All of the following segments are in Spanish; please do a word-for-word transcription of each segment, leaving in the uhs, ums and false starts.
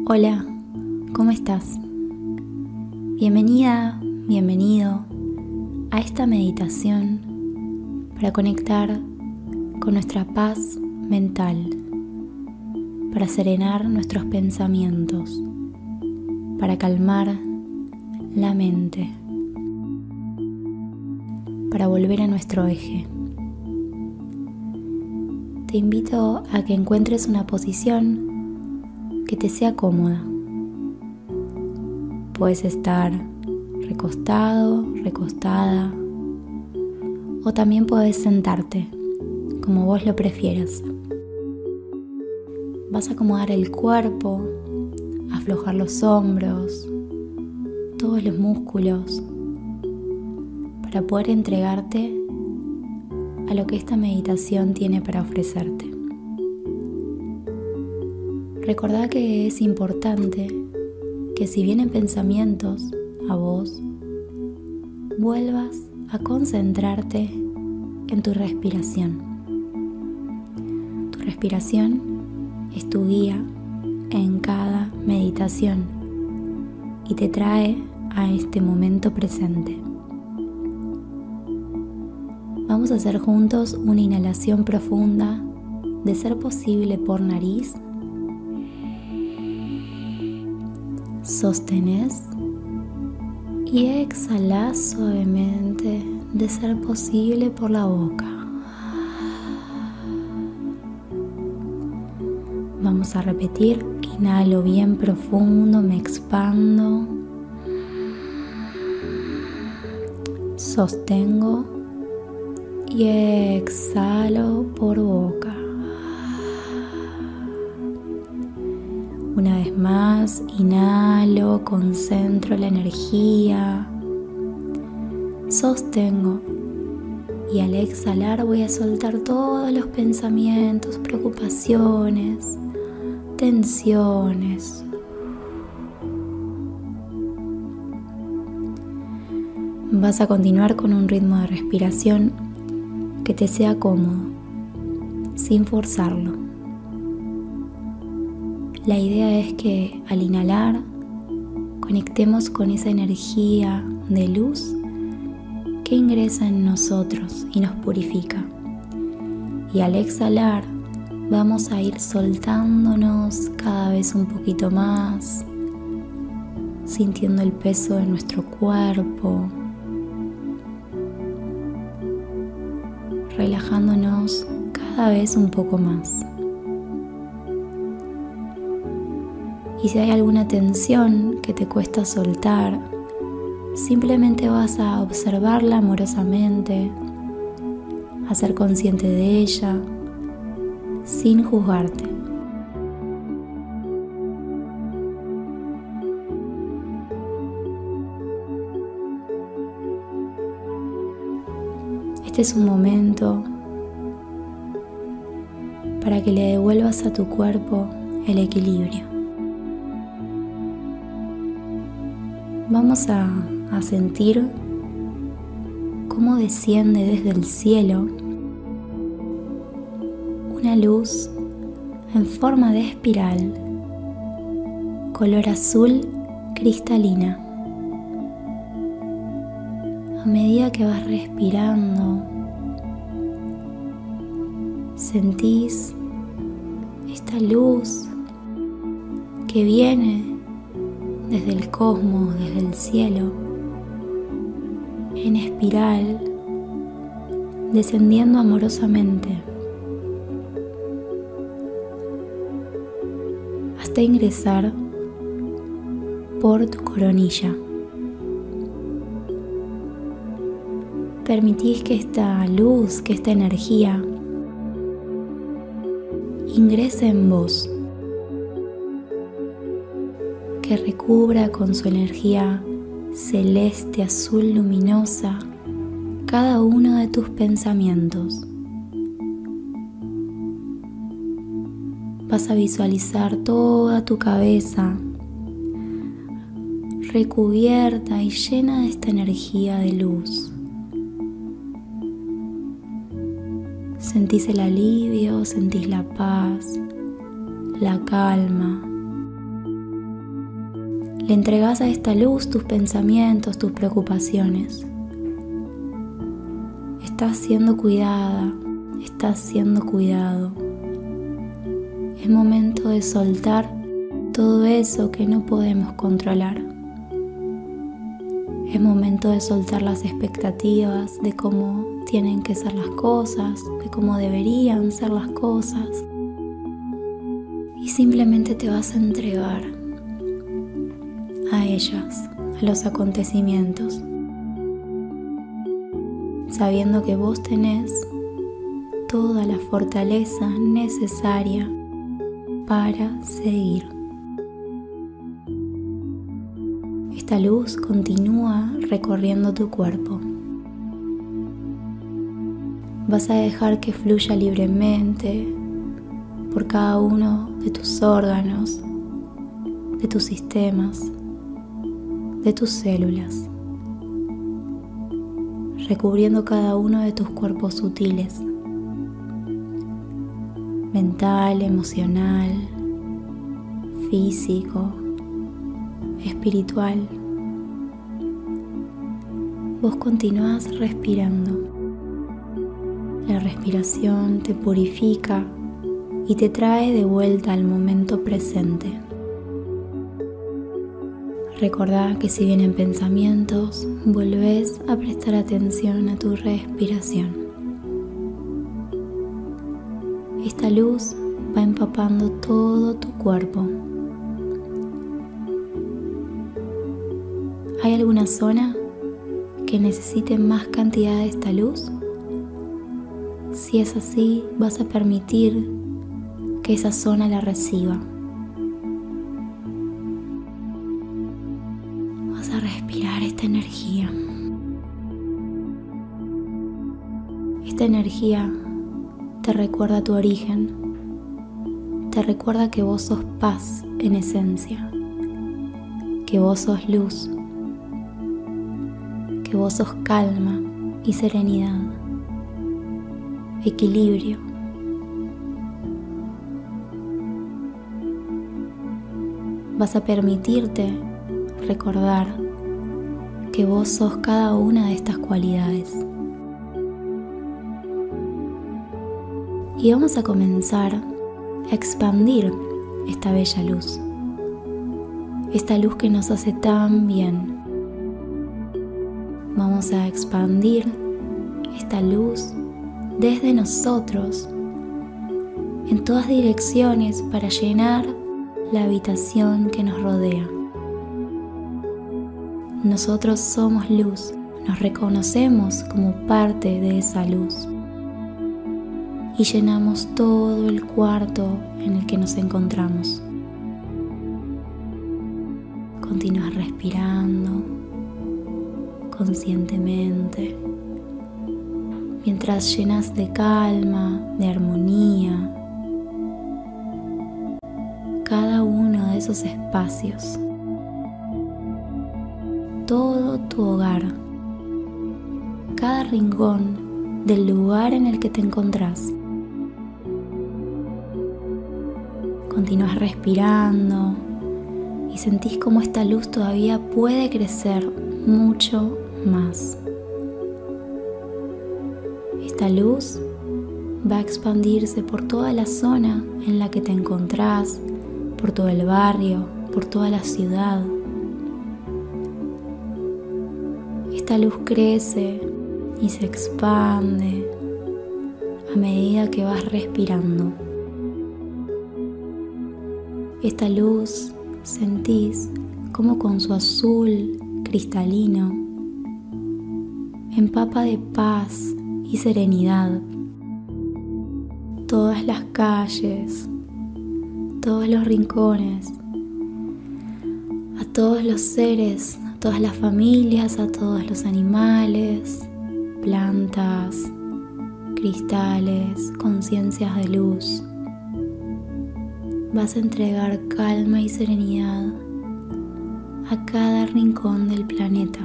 Hola, ¿cómo estás? Bienvenida, bienvenido a esta meditación para conectar con nuestra paz mental, para serenar nuestros pensamientos, para calmar la mente, para volver a nuestro eje. Te invito a que encuentres una posición que te sea cómoda. Puedes estar recostado, recostada, o también puedes sentarte, como vos lo prefieras. Vas a acomodar el cuerpo, aflojar los hombros, todos los músculos, para poder entregarte a lo que esta meditación tiene para ofrecerte. Recordá que es importante que si vienen pensamientos a vos, vuelvas a concentrarte en tu respiración. Tu respiración es tu guía en cada meditación y te trae a este momento presente. Vamos a hacer juntos una inhalación profunda, de ser posible por nariz. Sostenés y exhalás suavemente, de ser posible por la boca. Vamos a repetir. Inhalo bien profundo, me expando. Sostengo y exhalo por boca. Una vez más, inhalo, concentro la energía, sostengo y al exhalar voy a soltar todos los pensamientos, preocupaciones, tensiones. Vas a continuar con un ritmo de respiración que te sea cómodo, sin forzarlo. La idea es que al inhalar conectemos con esa energía de luz que ingresa en nosotros y nos purifica. Y al exhalar vamos a ir soltándonos cada vez un poquito más, sintiendo el peso de nuestro cuerpo, relajándonos cada vez un poco más. Y si hay alguna tensión que te cuesta soltar, simplemente vas a observarla amorosamente, a ser consciente de ella, sin juzgarte. Este es un momento para que le devuelvas a tu cuerpo el equilibrio. Vamos a, a sentir cómo desciende desde el cielo una luz en forma de espiral, color azul cristalina. A medida que vas respirando, sentís esta luz que viene desde el cosmos, desde el cielo, en espiral, descendiendo amorosamente, hasta ingresar por tu coronilla. Permitís que esta luz, que esta energía ingrese en vos, que recubra con su energía celeste, azul, luminosa, cada uno de tus pensamientos. Vas a visualizar toda tu cabeza recubierta y llena de esta energía de luz. Sentís el alivio, sentís la paz, la calma. Le entregas a esta luz tus pensamientos, tus preocupaciones. Estás siendo cuidada, estás siendo cuidado. Es momento de soltar todo eso que no podemos controlar. Es momento de soltar las expectativas de cómo tienen que ser las cosas, de cómo deberían ser las cosas. Y simplemente te vas a entregar a ellas, a los acontecimientos, sabiendo que vos tenés toda la fortaleza necesaria para seguir. Esta luz continúa recorriendo tu cuerpo. Vas a dejar que fluya libremente por cada uno de tus órganos, de tus sistemas, de tus células, recubriendo cada uno de tus cuerpos sutiles, mental, emocional, físico, espiritual. Vos continúas respirando. La respiración te purifica y te trae de vuelta al momento presente. Recordá que si vienen pensamientos, volvés a prestar atención a tu respiración. Esta luz va empapando todo tu cuerpo. ¿Hay alguna zona que necesite más cantidad de esta luz? Si es así, vas a permitir que esa zona la reciba. Vas a respirar esta energía. Esta energía te recuerda tu origen, te recuerda que vos sos paz en esencia, que vos sos luz, que vos sos calma y serenidad, equilibrio. Vas a permitirte recordar que vos sos cada una de estas cualidades. Y vamos a comenzar a expandir esta bella luz, esta luz que nos hace tan bien. Vamos a expandir esta luz desde nosotros en todas direcciones para llenar la habitación que nos rodea. Nosotros somos luz, nos reconocemos como parte de esa luz y llenamos todo el cuarto en el que nos encontramos. Continúas respirando conscientemente mientras llenas de calma, de armonía cada uno de esos espacios, todo tu hogar, cada rincón del lugar en el que te encontrás. Continúas respirando y sentís como esta luz todavía puede crecer mucho más. Esta luz va a expandirse por toda la zona en la que te encontrás, por todo el barrio, por toda la ciudad. Esta luz crece y se expande a medida que vas respirando. Esta luz sentís como con su azul cristalino empapa de paz y serenidad todas las calles, todos los rincones, a todos los seres, a todas las familias, a todos los animales, plantas, cristales, conciencias de luz. Vas a entregar calma y serenidad a cada rincón del planeta.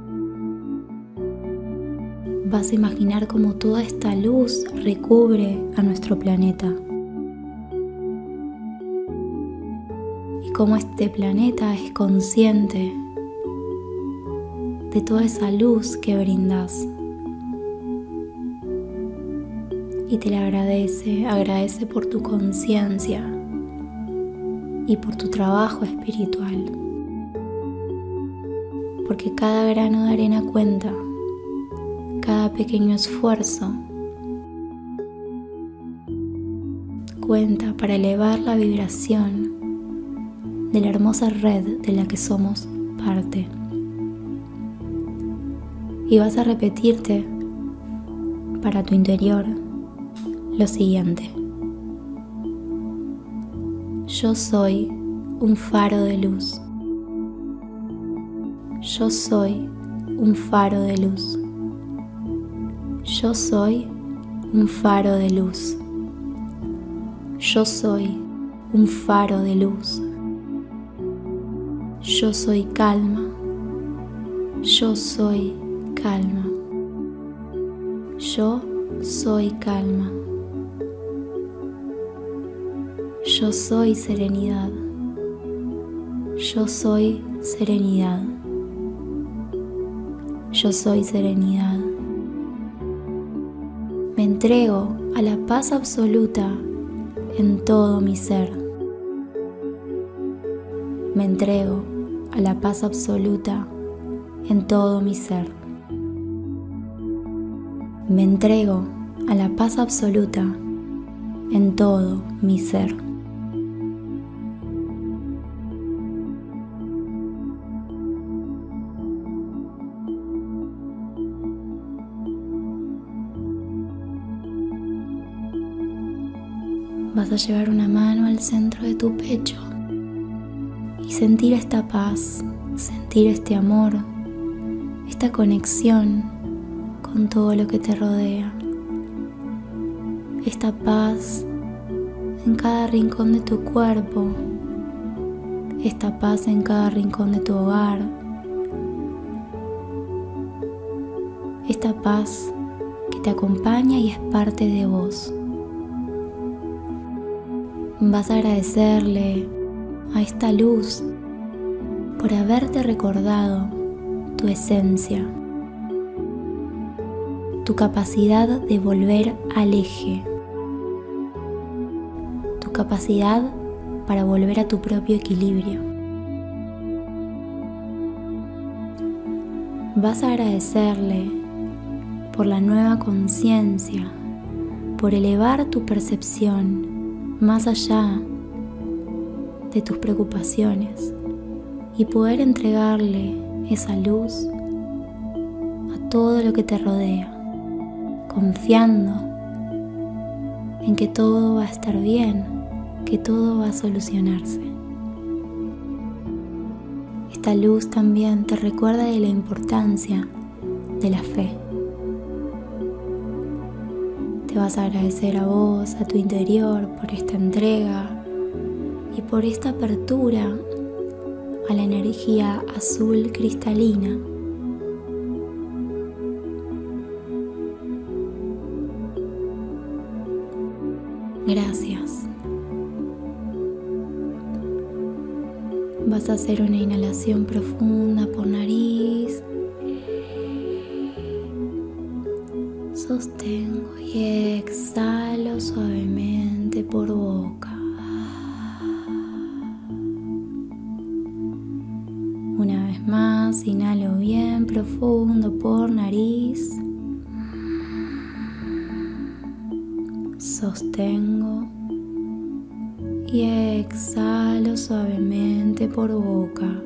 Vas a imaginar cómo toda esta luz recubre a nuestro planeta. y cómo este planeta es consciente de toda esa luz que brindas. Y te la agradece, agradece por tu conciencia y por tu trabajo espiritual. Porque cada grano de arena cuenta, cada pequeño esfuerzo cuenta para elevar la vibración de la hermosa red de la que somos parte. Y vas a repetirte para tu interior lo siguiente: yo soy un faro de luz. Yo soy un faro de luz. Yo soy un faro de luz. Yo soy un faro de luz. Yo soy calma. Yo soy calma. Yo soy calma. Yo soy serenidad. Yo soy serenidad. Yo soy serenidad. Me entrego a la paz absoluta en todo mi ser. Me entrego a la paz absoluta en todo mi ser. Me entrego a la paz absoluta en todo mi ser. Vas a llevar una mano al centro de tu pecho y sentir esta paz, sentir este amor, esta conexión con todo lo que te rodea. Esta paz en cada rincón de tu cuerpo, esta paz en cada rincón de tu hogar, esta paz que te acompaña y es parte de vos. Vas a agradecerle a esta luz por haberte recordado tu esencia, tu capacidad de volver al eje, tu capacidad para volver a tu propio equilibrio. Vas a agradecerle por la nueva conciencia, por elevar tu percepción más allá de tus preocupaciones y poder entregarle esa luz a todo lo que te rodea, confiando en que todo va a estar bien, que todo va a solucionarse. Esta luz también te recuerda de la importancia de la fe. Te vas a agradecer a vos, a tu interior, por esta entrega y por esta apertura a la energía azul cristalina. Gracias. Vas a hacer una inhalación profunda por nariz. Sostengo y exhalo suavemente por boca. Una vez más, inhalo bien profundo por nariz. Sostengo y exhalo suavemente por boca.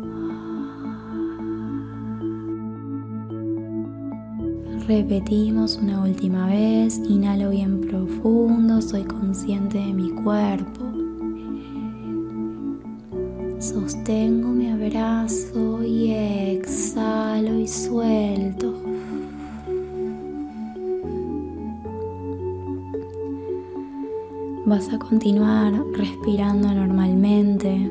Repetimos una última vez, inhalo bien profundo, soy consciente de mi cuerpo. Sostengo, me abrazo y exhalo y suelto. Vas a continuar respirando normalmente,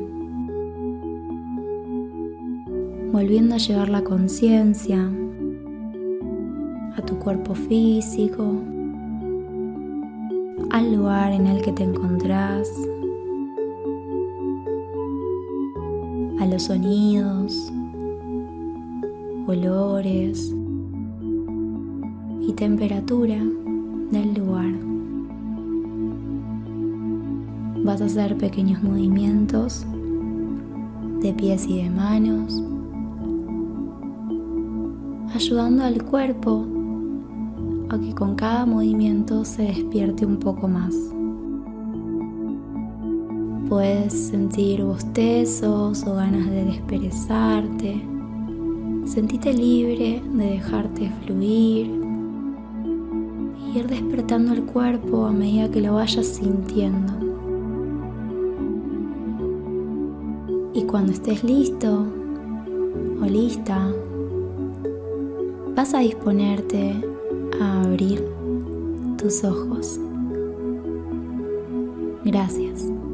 volviendo a llevar la conciencia a tu cuerpo físico, al lugar en el que te encontrás. a los sonidos, olores y temperatura del lugar. Vas a hacer pequeños movimientos de pies y de manos, ayudando al cuerpo a que con cada movimiento se despierte un poco más. Puedes sentir bostezos o ganas de desperezarte. Sentite libre de dejarte fluir y ir despertando el cuerpo a medida que lo vayas sintiendo. Y cuando estés listo o lista, vas a disponerte a abrir tus ojos. Gracias.